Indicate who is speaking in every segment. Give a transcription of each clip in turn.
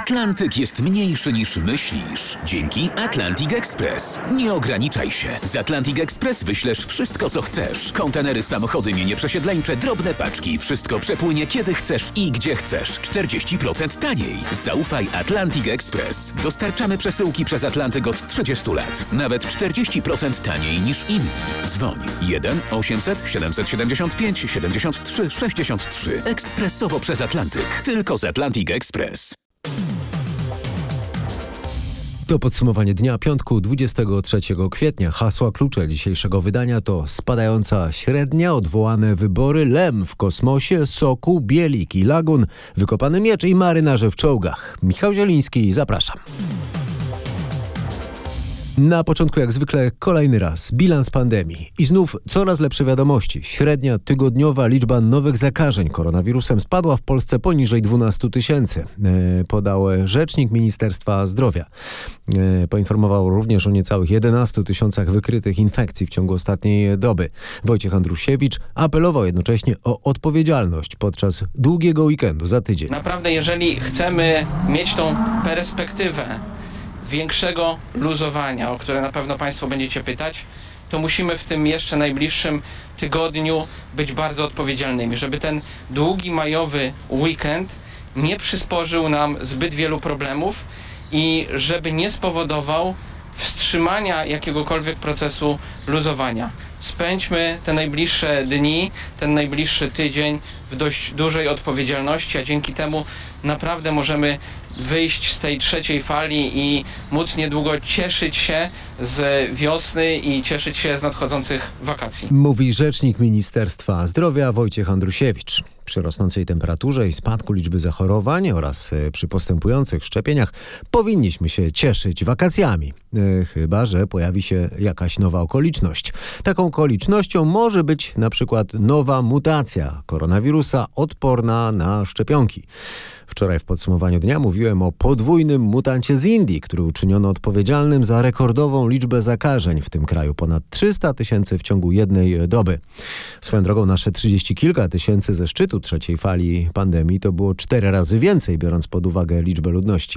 Speaker 1: Atlantyk jest mniejszy niż myślisz. Dzięki Atlantic Express. Nie ograniczaj się. Z Atlantic Express wyślesz wszystko, co chcesz. Kontenery, samochody, mienie przesiedleńcze, drobne paczki. Wszystko przepłynie kiedy chcesz i gdzie chcesz. 40% taniej. Zaufaj Atlantic Express. Dostarczamy przesyłki przez Atlantyk od 30 lat. Nawet 40% taniej niż inni. Dzwoń 1 800 775 73 63. Ekspresowo przez Atlantyk. Tylko z Atlantic Express.
Speaker 2: To podsumowanie dnia piątku 23 kwietnia. Hasła klucze dzisiejszego wydania to spadająca średnia, odwołane wybory, Lem w kosmosie, Sokół, Bielik i Lagun, wykopany miecz i marynarze w czołgach. Michał Zieliński, zapraszam. Na początku jak zwykle kolejny raz bilans pandemii i znów coraz lepsze wiadomości. Średnia tygodniowa liczba nowych zakażeń koronawirusem spadła w Polsce poniżej 12 tysięcy, podał rzecznik Ministerstwa Zdrowia. Poinformował również o niecałych 11 tysiącach wykrytych infekcji w ciągu ostatniej doby. Wojciech Andrusiewicz apelował jednocześnie o odpowiedzialność podczas długiego weekendu za tydzień.
Speaker 3: Naprawdę, jeżeli chcemy mieć tą perspektywę większego luzowania, o które na pewno Państwo będziecie pytać, to musimy w tym jeszcze najbliższym tygodniu być bardzo odpowiedzialnymi, żeby ten długi majowy weekend nie przysporzył nam zbyt wielu problemów i żeby nie spowodował wstrzymania jakiegokolwiek procesu luzowania. Spędźmy te najbliższe dni, ten najbliższy tydzień w dość dużej odpowiedzialności, a dzięki temu naprawdę możemy wyjść z tej trzeciej fali i móc niedługo cieszyć się z wiosny i cieszyć się z nadchodzących wakacji.
Speaker 2: Mówi rzecznik Ministerstwa Zdrowia Wojciech Andrusiewicz. Przy rosnącej temperaturze i spadku liczby zachorowań oraz przy postępujących szczepieniach powinniśmy się cieszyć wakacjami. Chyba że pojawi się jakaś nowa okoliczność. Taką okolicznością może być na przykład nowa mutacja koronawirusa odporna na szczepionki. Wczoraj w podsumowaniu dnia mówiłem o podwójnym mutancie z Indii, który uczyniono odpowiedzialnym za rekordową liczbę zakażeń w tym kraju. Ponad 300 tysięcy w ciągu jednej doby. Swoją drogą nasze 30 kilka tysięcy ze szczytu trzeciej fali pandemii to było 4 razy więcej, biorąc pod uwagę liczbę ludności.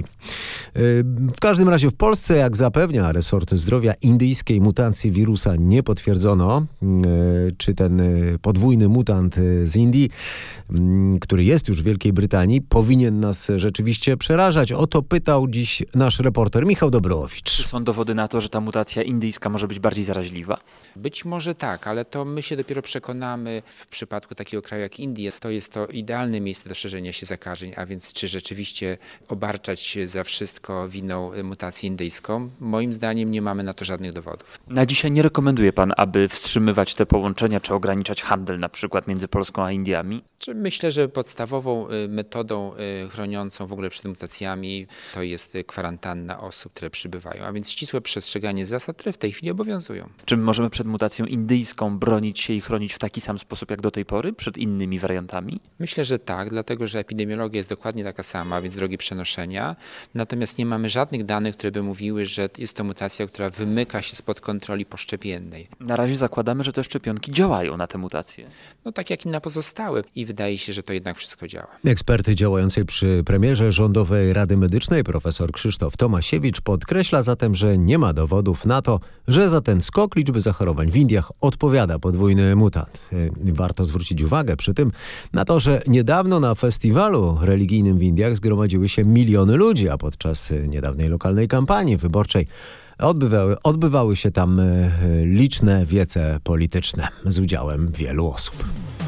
Speaker 2: W każdym razie w Polsce, jak zapewnia resort zdrowia, indyjskiej mutacji wirusa nie potwierdzono. Czy ten podwójny mutant z Indii, który jest już w Wielkiej Brytanii, powinien nas rzeczywiście przerażać? O to pytał dziś nasz reporter Michał Dobrołowicz.
Speaker 4: Czy są dowody na to, że ta mutacja indyjska może być bardziej zaraźliwa?
Speaker 5: Być może tak, ale to my się dopiero przekonamy w przypadku takiego kraju jak Indie. To jest to idealne miejsce do szerzenia się zakażeń, a więc czy rzeczywiście obarczać za wszystko winą mutację indyjską? Moim zdaniem nie mamy na to żadnych dowodów.
Speaker 4: Na dzisiaj nie rekomenduje pan, aby wstrzymywać te połączenia, czy ograniczać handel na przykład między Polską a Indiami?
Speaker 5: Myślę, że podstawową metodą chroniącą w ogóle przed mutacjami to jest kwarantanna osób, które przybywają, a więc ścisłe przestrzeganie zasad, które w tej chwili obowiązują.
Speaker 4: Czy możemy przed mutacją indyjską bronić się i chronić w taki sam sposób jak do tej pory, przed innymi wariantami?
Speaker 5: Myślę, że tak, dlatego że epidemiologia jest dokładnie taka sama, więc drogi przenoszenia, natomiast nie mamy żadnych danych, które by mówiły, że jest to mutacja, która wymyka się spod kontroli poszczepiennej.
Speaker 4: Na razie zakładamy, że te szczepionki działają na te mutacje.
Speaker 5: No tak jak i na pozostałe i wydaje się, że to jednak wszystko działa.
Speaker 2: Eksperty działającej przy premierze Rządowej Rady Medycznej profesor Krzysztof Tomasiewicz podkreśla zatem, że nie ma dowodów na to, że za ten skok liczby zachorowań w Indiach odpowiada podwójny mutant. Warto zwrócić uwagę przy tym na to, że niedawno na festiwalu religijnym w Indiach zgromadziły się miliony ludzi, a podczas niedawnej lokalnej kampanii wyborczej odbywały się tam liczne wiece polityczne z udziałem wielu osób.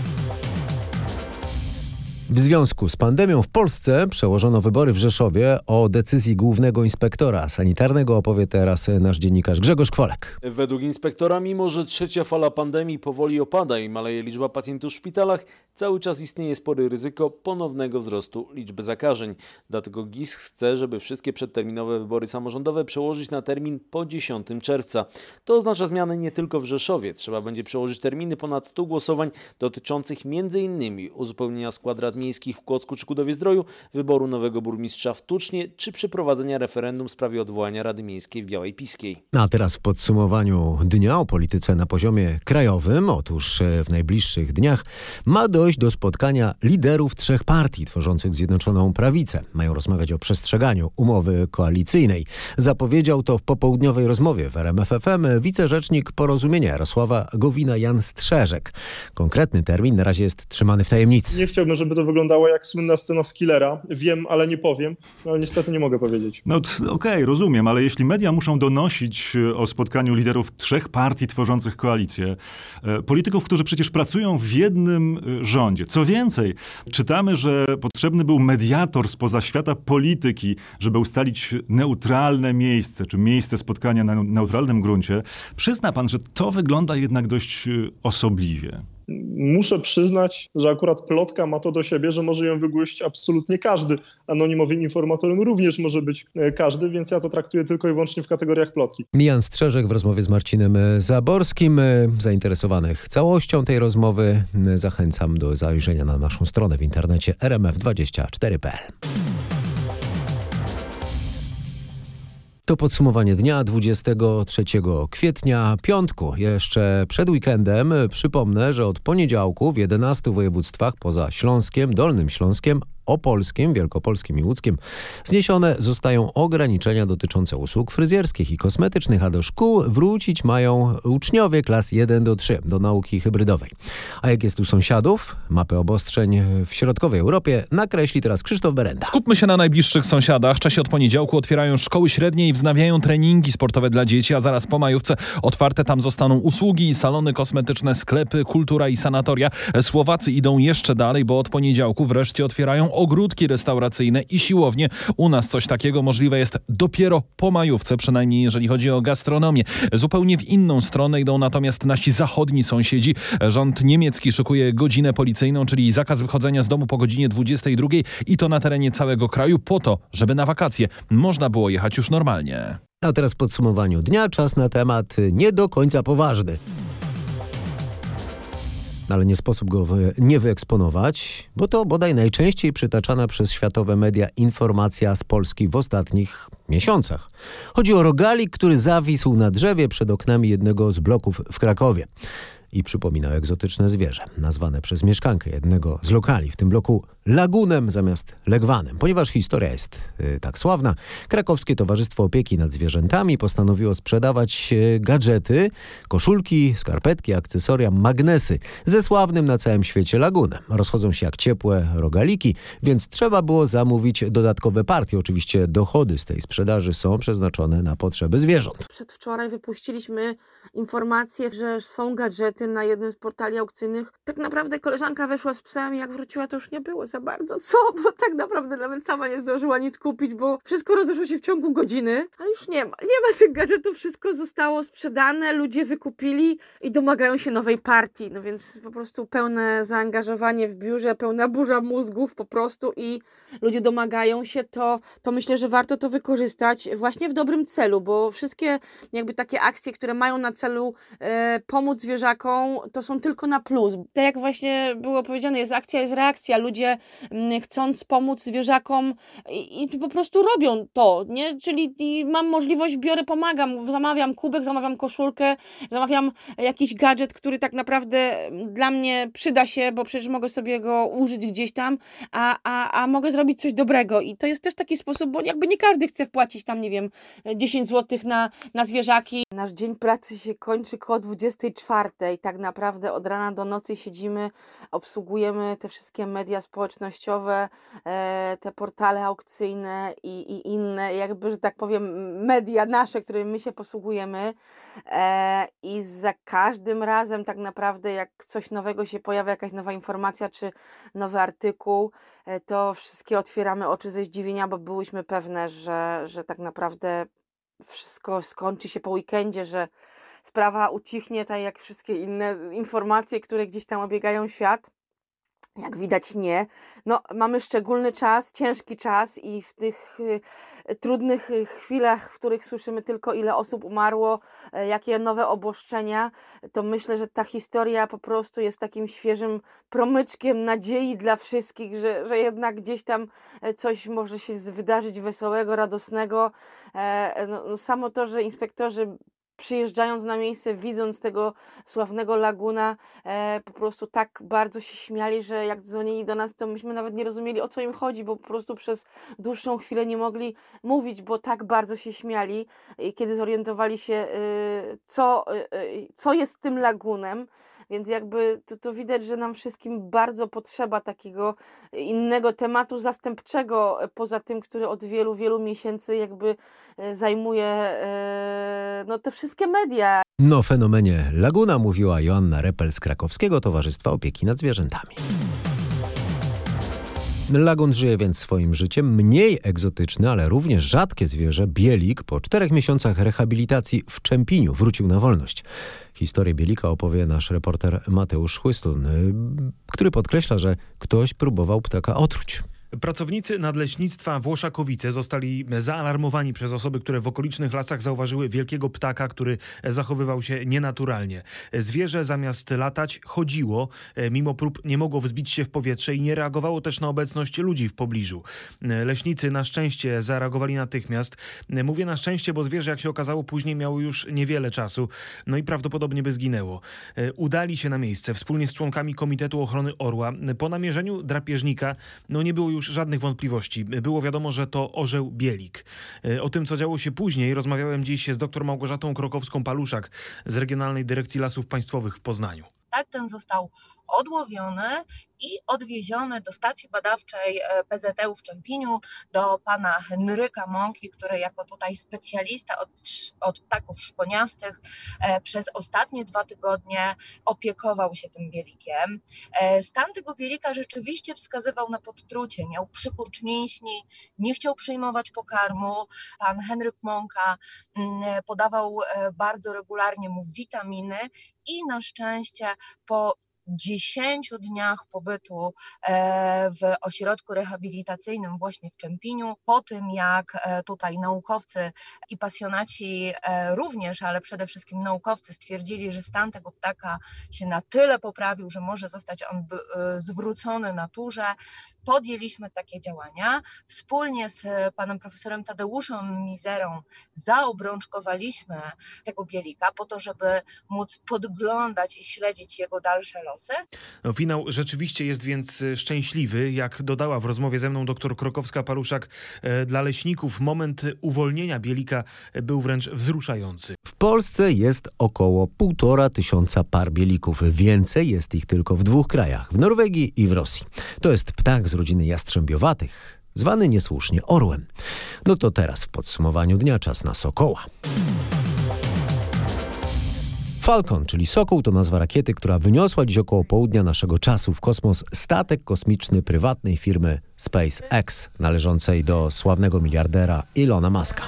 Speaker 2: W związku z pandemią w Polsce przełożono wybory w Rzeszowie. O decyzji głównego inspektora sanitarnego opowie teraz nasz dziennikarz Grzegorz Kwolek.
Speaker 6: Według inspektora, mimo że trzecia fala pandemii powoli opada i maleje liczba pacjentów w szpitalach, cały czas istnieje spore ryzyko ponownego wzrostu liczby zakażeń. Dlatego GIS chce, żeby wszystkie przedterminowe wybory samorządowe przełożyć na termin po 10 czerwca. To oznacza zmiany nie tylko w Rzeszowie. Trzeba będzie przełożyć terminy ponad 100 głosowań dotyczących m.in. uzupełnienia składu radnych miejskich w Kłodzku czy Kudowie-Zdroju, wyboru nowego burmistrza w Tucznie czy przeprowadzenia referendum w sprawie odwołania Rady Miejskiej w Białej Piskiej.
Speaker 2: A teraz w podsumowaniu dnia o polityce na poziomie krajowym. Otóż w najbliższych dniach ma dojść do spotkania liderów 3 partii tworzących Zjednoczoną Prawicę. Mają rozmawiać o przestrzeganiu umowy koalicyjnej. Zapowiedział to w popołudniowej rozmowie w RMF FM wicerzecznik Porozumienia Jarosława Gowina-Jan Strzeżek. Konkretny termin na razie jest trzymany w tajemnicy.
Speaker 7: Nie chciałbym, żeby to wyglądało jak słynna scena z Killera. Wiem, ale nie powiem. No, ale niestety nie mogę powiedzieć.
Speaker 8: No okej, rozumiem, ale jeśli media muszą donosić o spotkaniu liderów 3 partii tworzących koalicję, polityków, którzy przecież pracują w jednym rządzie. Co więcej, czytamy, że potrzebny był mediator spoza świata polityki, żeby ustalić neutralne miejsce, czy miejsce spotkania na neutralnym gruncie. Przyzna pan, że to wygląda jednak dość osobliwie.
Speaker 7: Muszę przyznać, że akurat plotka ma to do siebie, że może ją wygłosić absolutnie każdy. Anonimowym informatorem również może być każdy, więc ja to traktuję tylko i wyłącznie w kategoriach plotki.
Speaker 2: Jan Strzeżek w rozmowie z Marcinem Zaborskim. Zainteresowanych całością tej rozmowy zachęcam do zajrzenia na naszą stronę w internecie rmf24.pl. To podsumowanie dnia 23 kwietnia, piątku. Jeszcze przed weekendem przypomnę, że od poniedziałku w 11 województwach poza Śląskiem, Dolnym Śląskiem, Opolskiem, Wielkopolskim i Łódzkiem zniesione zostają ograniczenia dotyczące usług fryzjerskich i kosmetycznych, a do szkół wrócić mają uczniowie klas 1-3 do nauki hybrydowej. A jak jest u sąsiadów? Mapę obostrzeń w środkowej Europie nakreśli teraz Krzysztof Berenda.
Speaker 9: Skupmy się na najbliższych sąsiadach. W czasie od poniedziałku otwierają szkoły średnie i wznawiają treningi sportowe dla dzieci, a zaraz po majówce otwarte tam zostaną usługi, salony kosmetyczne, sklepy, kultura i sanatoria. Słowacy idą jeszcze dalej, bo od poniedziałku wreszcie otwierają ogródki restauracyjne i siłownie. U nas coś takiego możliwe jest dopiero po majówce, przynajmniej jeżeli chodzi o gastronomię. Zupełnie w inną stronę idą natomiast nasi zachodni sąsiedzi. Rząd niemiecki szykuje godzinę policyjną, czyli zakaz wychodzenia z domu po godzinie 22 i to na terenie całego kraju po to, żeby na wakacje można było jechać już normalnie.
Speaker 2: A teraz w podsumowaniu dnia czas na temat nie do końca poważny. Ale nie sposób go nie wyeksponować, bo to bodaj najczęściej przytaczana przez światowe media informacja z Polski w ostatnich miesiącach. Chodzi o rogalik, który zawisł na drzewie przed oknami jednego z bloków w Krakowie. I przypominał egzotyczne zwierzę, nazwane przez mieszkankę jednego z lokali w tym bloku lagunem zamiast legwanem. Ponieważ historia jest tak sławna, Krakowskie Towarzystwo Opieki nad Zwierzętami postanowiło sprzedawać gadżety, koszulki, skarpetki, akcesoria, magnesy ze sławnym na całym świecie lagunem. Rozchodzą się jak ciepłe rogaliki, więc trzeba było zamówić dodatkowe partie. Oczywiście dochody z tej sprzedaży są przeznaczone na potrzeby zwierząt.
Speaker 10: Przedwczoraj wypuściliśmy informację, że są gadżety na jednym z portali aukcyjnych. Tak naprawdę koleżanka weszła z psem i jak wróciła, to już nie było za bardzo co, bo tak naprawdę nawet sama nie zdążyła nic kupić, bo wszystko rozeszło się w ciągu godziny, ale już nie ma tych gadżetów, wszystko zostało sprzedane, ludzie wykupili i domagają się nowej partii, no więc po prostu pełne zaangażowanie w biurze, pełna burza mózgów po prostu i ludzie domagają się, to myślę, że warto to wykorzystać właśnie w dobrym celu, bo wszystkie jakby takie akcje, które mają na celu pomóc zwierzakom, to są tylko na plus. Tak jak właśnie było powiedziane, jest akcja, jest reakcja. Ludzie chcąc pomóc zwierzakom i po prostu robią to, nie? Czyli mam możliwość, biorę, pomagam, zamawiam kubek, zamawiam koszulkę, zamawiam jakiś gadżet, który tak naprawdę dla mnie przyda się, bo przecież mogę sobie go użyć gdzieś tam, a mogę zrobić coś dobrego i to jest też taki sposób, bo jakby nie każdy chce wpłacić tam, nie wiem, 10 zł na zwierzaki. Nasz dzień pracy się kończy koło 24. Tak naprawdę od rana do nocy siedzimy, obsługujemy te wszystkie media społecznościowe, te portale aukcyjne i inne, jakby, że tak powiem, media nasze, którymi my się posługujemy i za każdym razem tak naprawdę jak coś nowego się pojawia, jakaś nowa informacja czy nowy artykuł, to wszystkie otwieramy oczy ze zdziwienia, bo byłyśmy pewne, że tak naprawdę wszystko skończy się po weekendzie, że sprawa ucichnie, tak jak wszystkie inne informacje, które gdzieś tam obiegają świat. Jak widać nie. No, mamy szczególny czas, ciężki czas i w tych trudnych chwilach, w których słyszymy tylko ile osób umarło, jakie nowe obostrzenia, to myślę, że ta historia po prostu jest takim świeżym promyczkiem nadziei dla wszystkich, że jednak gdzieś tam coś może się wydarzyć wesołego, radosnego. No, samo to, że inspektorzy przyjeżdżając na miejsce, widząc tego sławnego laguna, po prostu tak bardzo się śmiali, że jak dzwonili do nas, to myśmy nawet nie rozumieli, o co im chodzi, bo po prostu przez dłuższą chwilę nie mogli mówić, bo tak bardzo się śmiali. I kiedy zorientowali się, co jest tym lagunem, więc jakby to widać, że nam wszystkim bardzo potrzeba takiego innego tematu zastępczego, poza tym, który od wielu, wielu miesięcy jakby zajmuje no, te wszystkie media.
Speaker 2: No fenomenie laguna mówiła Joanna Repel z Krakowskiego Towarzystwa Opieki nad Zwierzętami. Lagun żyje więc swoim życiem. Mniej egzotyczny, ale również rzadkie zwierzę, bielik, po 4 miesiącach rehabilitacji w Czempiniu wrócił na wolność. Historię bielika opowie nasz reporter Mateusz Chłystun, który podkreśla, że ktoś próbował ptaka otruć.
Speaker 11: Pracownicy Nadleśnictwa Włoszakowice zostali zaalarmowani przez osoby, które w okolicznych lasach zauważyły wielkiego ptaka, który zachowywał się nienaturalnie. Zwierzę zamiast latać chodziło, mimo prób nie mogło wzbić się w powietrze i nie reagowało też na obecność ludzi w pobliżu. Leśnicy na szczęście zareagowali natychmiast. Mówię na szczęście, bo zwierzę, jak się okazało, później miało już niewiele czasu, no i prawdopodobnie by zginęło. Udali się na miejsce wspólnie z członkami Komitetu Ochrony Orła. Po namierzeniu drapieżnika nie było już żadnych wątpliwości. Było wiadomo, że to orzeł bielik. O tym, co działo się później, rozmawiałem dziś z dr Małgorzatą Krokowską-Paluszak z Regionalnej Dyrekcji Lasów Państwowych w Poznaniu.
Speaker 12: Ptak ten został odłowiony i odwieziony do stacji badawczej PZŁ w Czempiniu, do pana Henryka Mąki, który jako tutaj specjalista od ptaków szponiastych przez ostatnie 2 tygodnie opiekował się tym bielikiem. Stan tego bielika rzeczywiście wskazywał na podtrucie, miał przykurcz mięśni, nie chciał przyjmować pokarmu. Pan Henryk Mąka podawał bardzo regularnie mu witaminy i na szczęście po 10 dniach pobytu w ośrodku rehabilitacyjnym właśnie w Czempiniu, po tym jak tutaj naukowcy i pasjonaci również, ale przede wszystkim naukowcy stwierdzili, że stan tego ptaka się na tyle poprawił, że może zostać on zwrócony naturze, podjęliśmy takie działania. Wspólnie z panem profesorem Tadeuszem Mizerą zaobrączkowaliśmy tego bielika po to, żeby móc podglądać i śledzić jego dalsze losy.
Speaker 11: Finał rzeczywiście jest więc szczęśliwy. Jak dodała w rozmowie ze mną dr Krokowska-Paluszak, dla leśników moment uwolnienia bielika był wręcz wzruszający.
Speaker 2: W Polsce jest około 1500 par bielików. Więcej jest ich tylko w 2 krajach, w Norwegii i w Rosji. To jest ptak z rodziny jastrzębiowatych, zwany niesłusznie orłem. No to teraz w podsumowaniu dnia czas na sokoła. Falcon, czyli Sokół, to nazwa rakiety, która wyniosła dziś około południa naszego czasu w kosmos statek kosmiczny prywatnej firmy SpaceX, należącej do sławnego miliardera Elona Muska.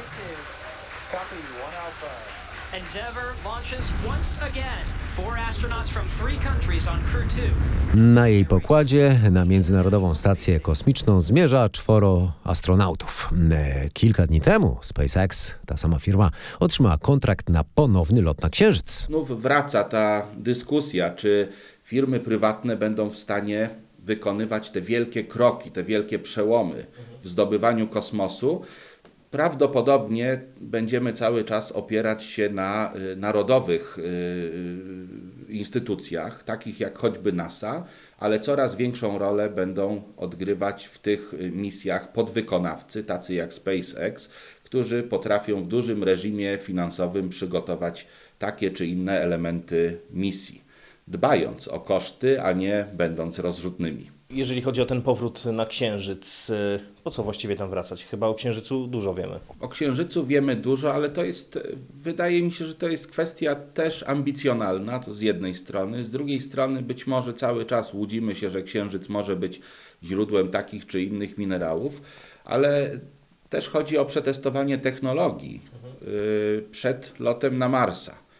Speaker 2: Na jej pokładzie na Międzynarodową Stację Kosmiczną zmierza 4 astronautów. Kilka dni temu SpaceX, ta sama firma, otrzymała kontrakt na ponowny lot na Księżyc.
Speaker 13: Znów wraca ta dyskusja, czy firmy prywatne będą w stanie wykonywać te wielkie kroki, te wielkie przełomy w zdobywaniu kosmosu. Prawdopodobnie będziemy cały czas opierać się na narodowych instytucjach, takich jak choćby NASA, ale coraz większą rolę będą odgrywać w tych misjach podwykonawcy, tacy jak SpaceX, którzy potrafią w dużym reżimie finansowym przygotować takie czy inne elementy misji, dbając o koszty, a nie będąc rozrzutnymi.
Speaker 14: Jeżeli chodzi o ten powrót na Księżyc, po co właściwie tam wracać? Chyba o Księżycu dużo wiemy.
Speaker 13: O Księżycu wiemy dużo, ale to jest, wydaje mi się, że to jest kwestia też ambicjonalna, to z jednej strony. Z drugiej strony być może cały czas łudzimy się, że Księżyc może być źródłem takich czy innych minerałów, ale też chodzi o przetestowanie technologii przed lotem na Marsa.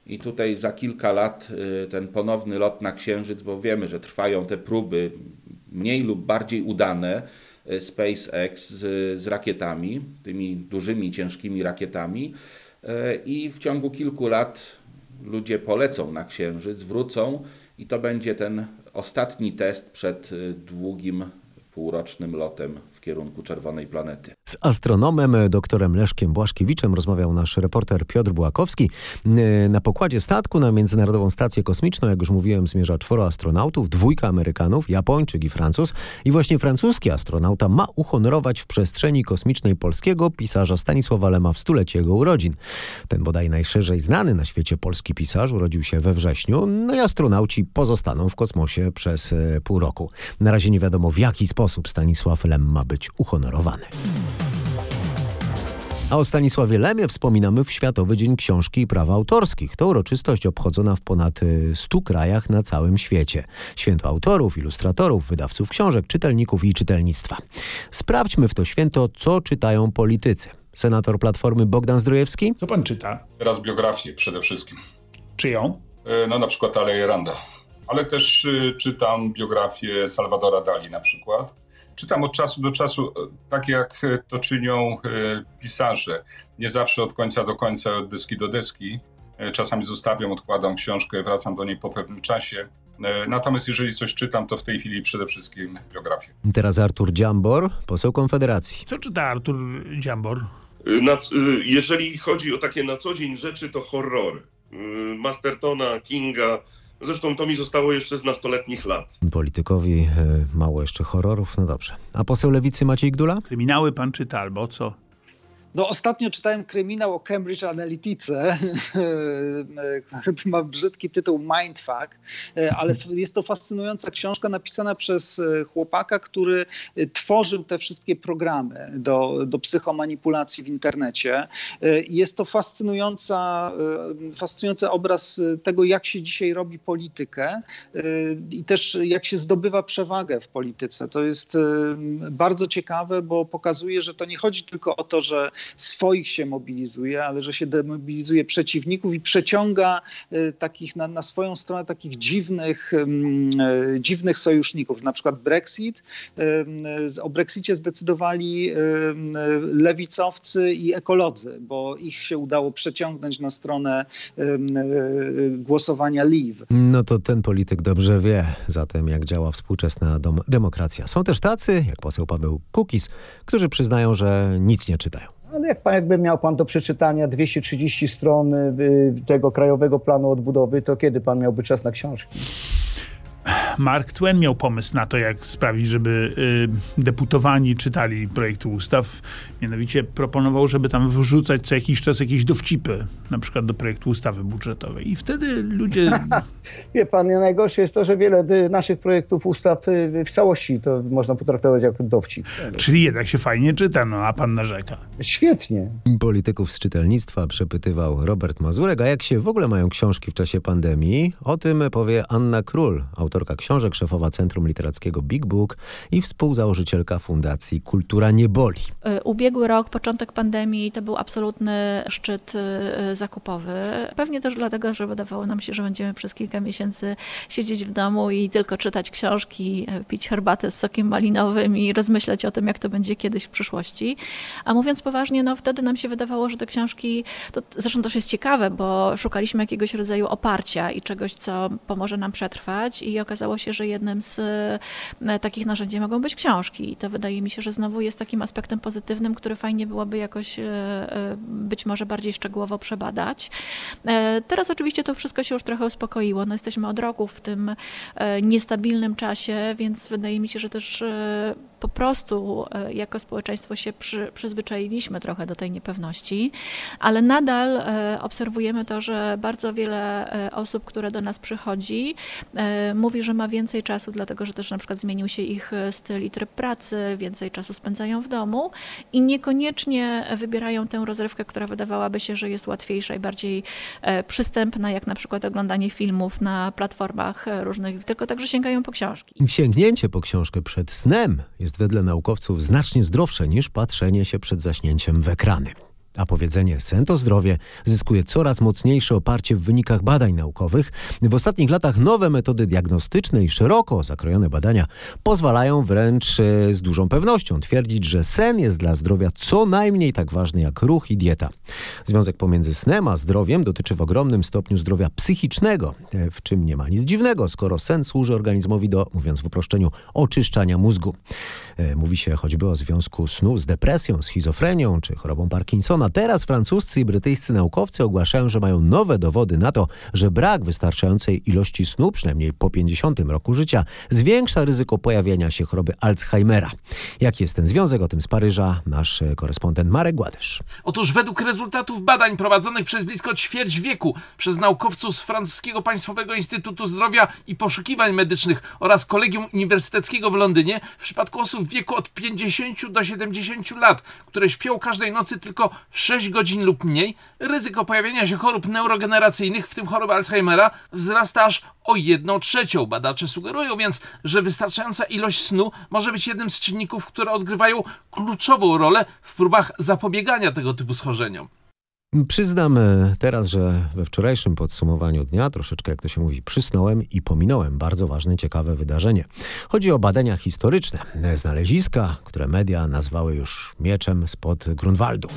Speaker 13: I tutaj za kilka lat ten ponowny lot na Księżyc, bo wiemy, że trwają te próby mniej lub bardziej udane SpaceX z rakietami, tymi dużymi, ciężkimi rakietami i w ciągu kilku lat ludzie polecą na Księżyc, wrócą i to będzie ten ostatni test przed długim, półrocznym lotem w kierunku czerwonej planety.
Speaker 2: Z astronomem doktorem Leszkiem Błaszkiewiczem rozmawiał nasz reporter Piotr Bułakowski. Na pokładzie statku na Międzynarodową Stację Kosmiczną, jak już mówiłem, zmierza 4 astronautów, 2 Amerykanów, Japończyk i Francuz. I właśnie francuski astronauta ma uhonorować w przestrzeni kosmicznej polskiego pisarza Stanisława Lema w 100-lecie jego urodzin. Ten bodaj najszerzej znany na świecie polski pisarz urodził się we wrześniu, no i astronauci pozostaną w kosmosie przez pół roku. Na razie nie wiadomo, w jaki sposób Stanisław Lem ma być uhonorowany. A o Stanisławie Lemie wspominamy w Światowy Dzień Książki i Praw Autorskich. To uroczystość obchodzona w ponad 100 krajach na całym świecie. Święto autorów, ilustratorów, wydawców książek, czytelników i czytelnictwa. Sprawdźmy w to święto, co czytają politycy. Senator Platformy Bogdan Zdrojewski.
Speaker 15: Co pan czyta?
Speaker 16: Teraz biografię przede wszystkim.
Speaker 15: Czyją?
Speaker 16: No na przykład Talleyranda. Ale też czytam biografię Salvadora Dali na przykład. Czytam od czasu do czasu, tak jak to czynią pisarze. Nie zawsze od końca do końca, od deski do deski. Czasami zostawiam, odkładam książkę, wracam do niej po pewnym czasie. Natomiast jeżeli coś czytam, to w tej chwili przede wszystkim biografię.
Speaker 2: Teraz Artur Dziambor, poseł Konfederacji.
Speaker 15: Co czyta Artur Dziambor?
Speaker 17: Jeżeli chodzi o takie na co dzień rzeczy, to horrory. Mastertona, Kinga. Zresztą to mi zostało jeszcze z nastoletnich lat.
Speaker 2: Politykowi mało jeszcze horrorów, no dobrze. A poseł Lewicy Maciej Gdula?
Speaker 15: Kryminały pan czyta albo co?
Speaker 18: No ostatnio czytałem kryminał o Cambridge Analytice. Ma brzydki tytuł Mindfuck, ale jest to fascynująca książka napisana przez chłopaka, który tworzył te wszystkie programy do psychomanipulacji w internecie. Jest to fascynujący obraz tego, jak się dzisiaj robi politykę i też jak się zdobywa przewagę w polityce. To jest bardzo ciekawe, bo pokazuje, że to nie chodzi tylko o to, że swoich się mobilizuje, ale że się demobilizuje przeciwników i przeciąga takich na swoją stronę takich dziwnych sojuszników. Na przykład Brexit. O Brexicie zdecydowali lewicowcy i ekolodzy, bo ich się udało przeciągnąć na stronę głosowania Leave.
Speaker 2: No to ten polityk dobrze wie zatem, jak działa współczesna demokracja. Są też tacy, jak poseł Paweł Kukiz, którzy przyznają, że nic nie czytają.
Speaker 19: Ale jakby miał pan do przeczytania 230 stron tego Krajowego Planu Odbudowy, to kiedy pan miałby czas na książki?
Speaker 15: Mark Twain miał pomysł na to, jak sprawić, żeby deputowani czytali projekty ustaw. Mianowicie proponował, żeby tam wrzucać co jakiś czas jakieś dowcipy, na przykład do projektu ustawy budżetowej. I wtedy ludzie...
Speaker 19: Wie pan, najgorsze jest to, że wiele naszych projektów ustaw w całości to można potraktować jako dowcip.
Speaker 15: Czyli jednak się fajnie czyta, no a pan narzeka.
Speaker 19: Świetnie.
Speaker 2: Polityków z czytelnictwa przepytywał Robert Mazurek. A jak się w ogóle mają książki w czasie pandemii? O tym powie Anna Król, autorka książek, szefowa Centrum Literackiego Big Book i współzałożycielka Fundacji Kultura Nie Boli.
Speaker 20: Ubiegły rok, początek pandemii, to był absolutny szczyt zakupowy. Pewnie też dlatego, że wydawało nam się, że będziemy przez kilka miesięcy siedzieć w domu i tylko czytać książki, pić herbatę z sokiem malinowym i rozmyślać o tym, jak to będzie kiedyś w przyszłości. A mówiąc poważnie, no wtedy nam się wydawało, że te książki, to zresztą też jest ciekawe, bo szukaliśmy jakiegoś rodzaju oparcia i czegoś, co pomoże nam przetrwać i okazało się, że jednym z takich narzędzi mogą być książki. I to wydaje mi się, że znowu jest takim aspektem pozytywnym, który fajnie byłoby jakoś być może bardziej szczegółowo przebadać. Teraz oczywiście to wszystko się już trochę uspokoiło. No jesteśmy od roku w tym niestabilnym czasie, więc wydaje mi się, że też po prostu jako społeczeństwo się przyzwyczailiśmy trochę do tej niepewności, ale nadal obserwujemy to, że bardzo wiele osób, które do nas przychodzi, mówi, że ma więcej czasu, dlatego że też na przykład zmienił się ich styl i tryb pracy, więcej czasu spędzają w domu i niekoniecznie wybierają tę rozrywkę, która wydawałaby się, że jest łatwiejsza i bardziej przystępna, jak na przykład oglądanie filmów na platformach różnych, tylko także sięgają po książki.
Speaker 2: Sięgnięcie po książkę przed snem jest wedle naukowców znacznie zdrowsze niż patrzenie się przed zaśnięciem w ekrany. A powiedzenie sen to zdrowie zyskuje coraz mocniejsze oparcie w wynikach badań naukowych. W ostatnich latach nowe metody diagnostyczne i szeroko zakrojone badania pozwalają wręcz z dużą pewnością twierdzić, że sen jest dla zdrowia co najmniej tak ważny jak ruch i dieta. Związek pomiędzy snem a zdrowiem dotyczy w ogromnym stopniu zdrowia psychicznego, w czym nie ma nic dziwnego, skoro sen służy organizmowi do, mówiąc w uproszczeniu, oczyszczania mózgu. Mówi się choćby o związku snu z depresją, schizofrenią czy chorobą Parkinsona. Teraz francuscy i brytyjscy naukowcy ogłaszają, że mają nowe dowody na to, że brak wystarczającej ilości snu, przynajmniej po 50 roku życia, zwiększa ryzyko pojawienia się choroby Alzheimera. Jaki jest ten związek? O tym z Paryża nasz korespondent Marek Gładysz.
Speaker 21: Otóż według rezultatów badań prowadzonych przez blisko ćwierć wieku przez naukowców z francuskiego Państwowego Instytutu Zdrowia i Poszukiwań Medycznych oraz Kolegium Uniwersyteckiego w Londynie, w przypadku osób w wieku od 50 do 70 lat, które śpią każdej nocy tylko 6 godzin lub mniej, ryzyko pojawienia się chorób neurogeneracyjnych, w tym choroby Alzheimera, wzrasta aż o 1/3. Badacze sugerują więc, że wystarczająca ilość snu może być jednym z czynników, które odgrywają kluczową rolę w próbach zapobiegania tego typu schorzeniom.
Speaker 2: Przyznam teraz, że we wczorajszym podsumowaniu dnia troszeczkę, jak to się mówi, przysnąłem i pominąłem bardzo ważne, ciekawe wydarzenie. Chodzi o badania historyczne, znaleziska, które media nazwały już mieczem spod Grunwaldu.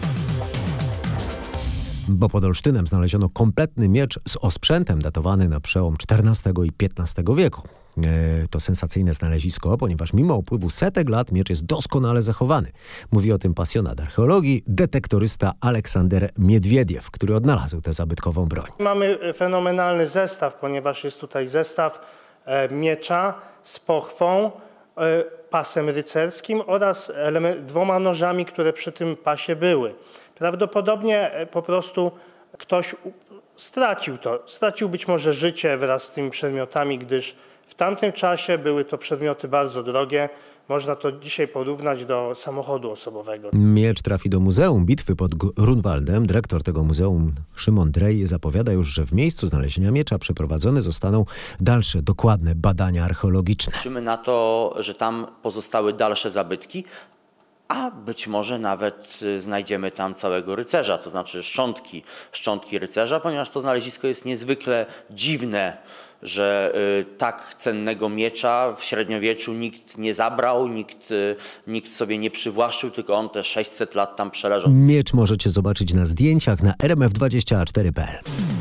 Speaker 2: Bo pod Olsztynem znaleziono kompletny miecz z osprzętem datowany na przełom XIV i XV wieku. To sensacyjne znalezisko, ponieważ mimo upływu setek lat miecz jest doskonale zachowany. Mówi o tym pasjonat archeologii, detektorysta Aleksander Miedwiediew, który odnalazł tę zabytkową broń.
Speaker 22: Mamy fenomenalny zestaw, ponieważ jest tutaj zestaw miecza z pochwą, pasem rycerskim oraz 2 nożami, które przy tym pasie były. Prawdopodobnie po prostu ktoś stracił być może życie wraz z tymi przedmiotami, gdyż w tamtym czasie były to przedmioty bardzo drogie. Można to dzisiaj porównać do samochodu osobowego.
Speaker 2: Miecz trafi do Muzeum Bitwy pod Grunwaldem. Dyrektor tego muzeum, Szymon Drej, zapowiada już, że w miejscu znalezienia miecza przeprowadzone zostaną dalsze dokładne badania archeologiczne.
Speaker 23: Liczymy na to, że tam pozostały dalsze zabytki, a być może nawet znajdziemy tam całego rycerza, to znaczy szczątki rycerza, ponieważ to znalezisko jest niezwykle dziwne, że tak cennego miecza w średniowieczu nikt nie zabrał, nikt sobie nie przywłaszczył, tylko on te 600 lat tam przeleżał.
Speaker 2: Miecz możecie zobaczyć na zdjęciach na rmf24.pl.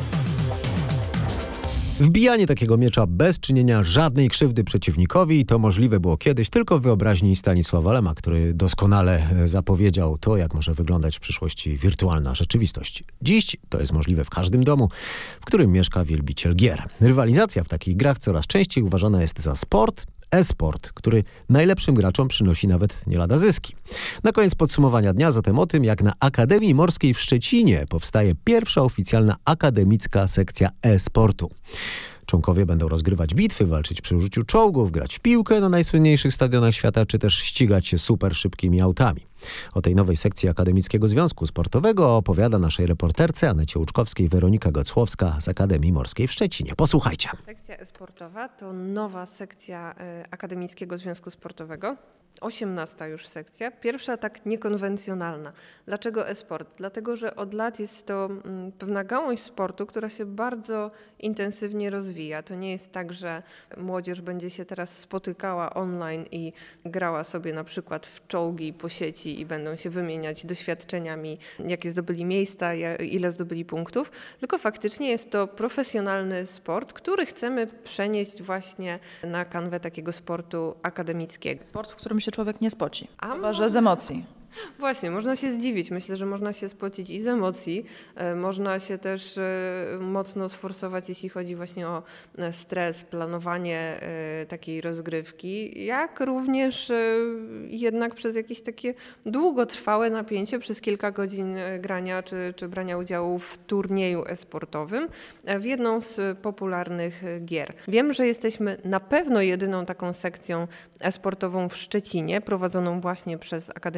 Speaker 2: Wbijanie takiego miecza bez czynienia żadnej krzywdy przeciwnikowi to możliwe było kiedyś tylko w wyobraźni Stanisława Lema, który doskonale zapowiedział to, jak może wyglądać w przyszłości wirtualna rzeczywistość. Dziś to jest możliwe w każdym domu, w którym mieszka wielbiciel gier. Rywalizacja w takich grach coraz częściej uważana jest za sport, e-sport, który najlepszym graczom przynosi nawet nie lada zyski. Na koniec podsumowania dnia zatem o tym, jak na Akademii Morskiej w Szczecinie powstaje pierwsza oficjalna akademicka sekcja e-sportu. Członkowie będą rozgrywać bitwy, walczyć przy użyciu czołgów, grać w piłkę na najsłynniejszych stadionach świata, czy też ścigać się super szybkimi autami. O tej nowej sekcji Akademickiego Związku Sportowego opowiada naszej reporterce Anecie Łuczkowskiej Weronika Gocłowska z Akademii Morskiej w Szczecinie. Posłuchajcie.
Speaker 24: Sekcja e-sportowa to nowa sekcja Akademickiego Związku Sportowego. 18. już sekcja. Pierwsza tak niekonwencjonalna. Dlaczego e-sport? Dlatego, że od lat jest to pewna gałąź sportu, która się bardzo intensywnie rozwija. To nie jest tak, że młodzież będzie się teraz spotykała online i grała sobie na przykład w czołgi po sieci i będą się wymieniać doświadczeniami, jakie zdobyli miejsca, ile zdobyli punktów, tylko faktycznie jest to profesjonalny sport, który chcemy przenieść właśnie na kanwę takiego sportu akademickiego.
Speaker 25: Sport, w którym się człowiek nie spoci, chyba że z emocji.
Speaker 24: Właśnie, można się zdziwić. Myślę, że można się spocić i z emocji. Można się też mocno sforsować, jeśli chodzi właśnie o stres, planowanie takiej rozgrywki, jak również jednak przez jakieś takie długotrwałe napięcie przez kilka godzin grania czy brania udziału w turnieju e-sportowym w jedną z popularnych gier. Wiem, że jesteśmy na pewno jedyną taką sekcją e-sportową w Szczecinie, prowadzoną właśnie przez Akademicki Związek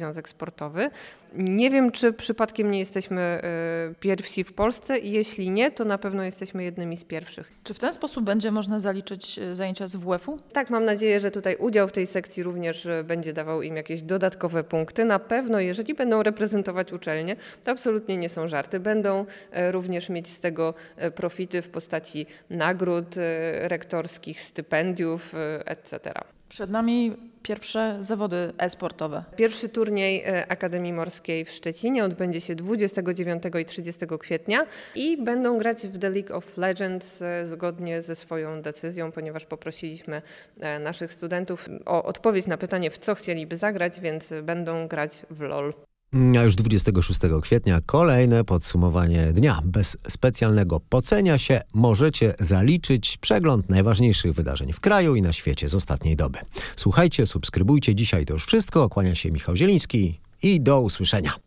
Speaker 24: związek sportowy. Nie wiem, czy przypadkiem nie jesteśmy pierwsi w Polsce i jeśli nie, to na pewno jesteśmy jednymi z pierwszych.
Speaker 25: Czy w ten sposób będzie można zaliczyć zajęcia z WF-u?
Speaker 24: Tak, mam nadzieję, że tutaj udział w tej sekcji również będzie dawał im jakieś dodatkowe punkty. Na pewno, jeżeli będą reprezentować uczelnię, to absolutnie nie są żarty. Będą również mieć z tego profity w postaci nagród rektorskich, stypendiów, etc.
Speaker 25: Przed nami pierwsze zawody e-sportowe.
Speaker 24: Pierwszy turniej Akademii Morskiej w Szczecinie odbędzie się 29 i 30 kwietnia i będą grać w The League of Legends zgodnie ze swoją decyzją, ponieważ poprosiliśmy naszych studentów o odpowiedź na pytanie, w co chcieliby zagrać, więc będą grać w LoL.
Speaker 2: A już 26 kwietnia kolejne podsumowanie dnia. Bez specjalnego pocenia się możecie zaliczyć przegląd najważniejszych wydarzeń w kraju i na świecie z ostatniej doby. Słuchajcie, subskrybujcie. Dzisiaj to już wszystko. Kłania się Michał Zieliński i do usłyszenia.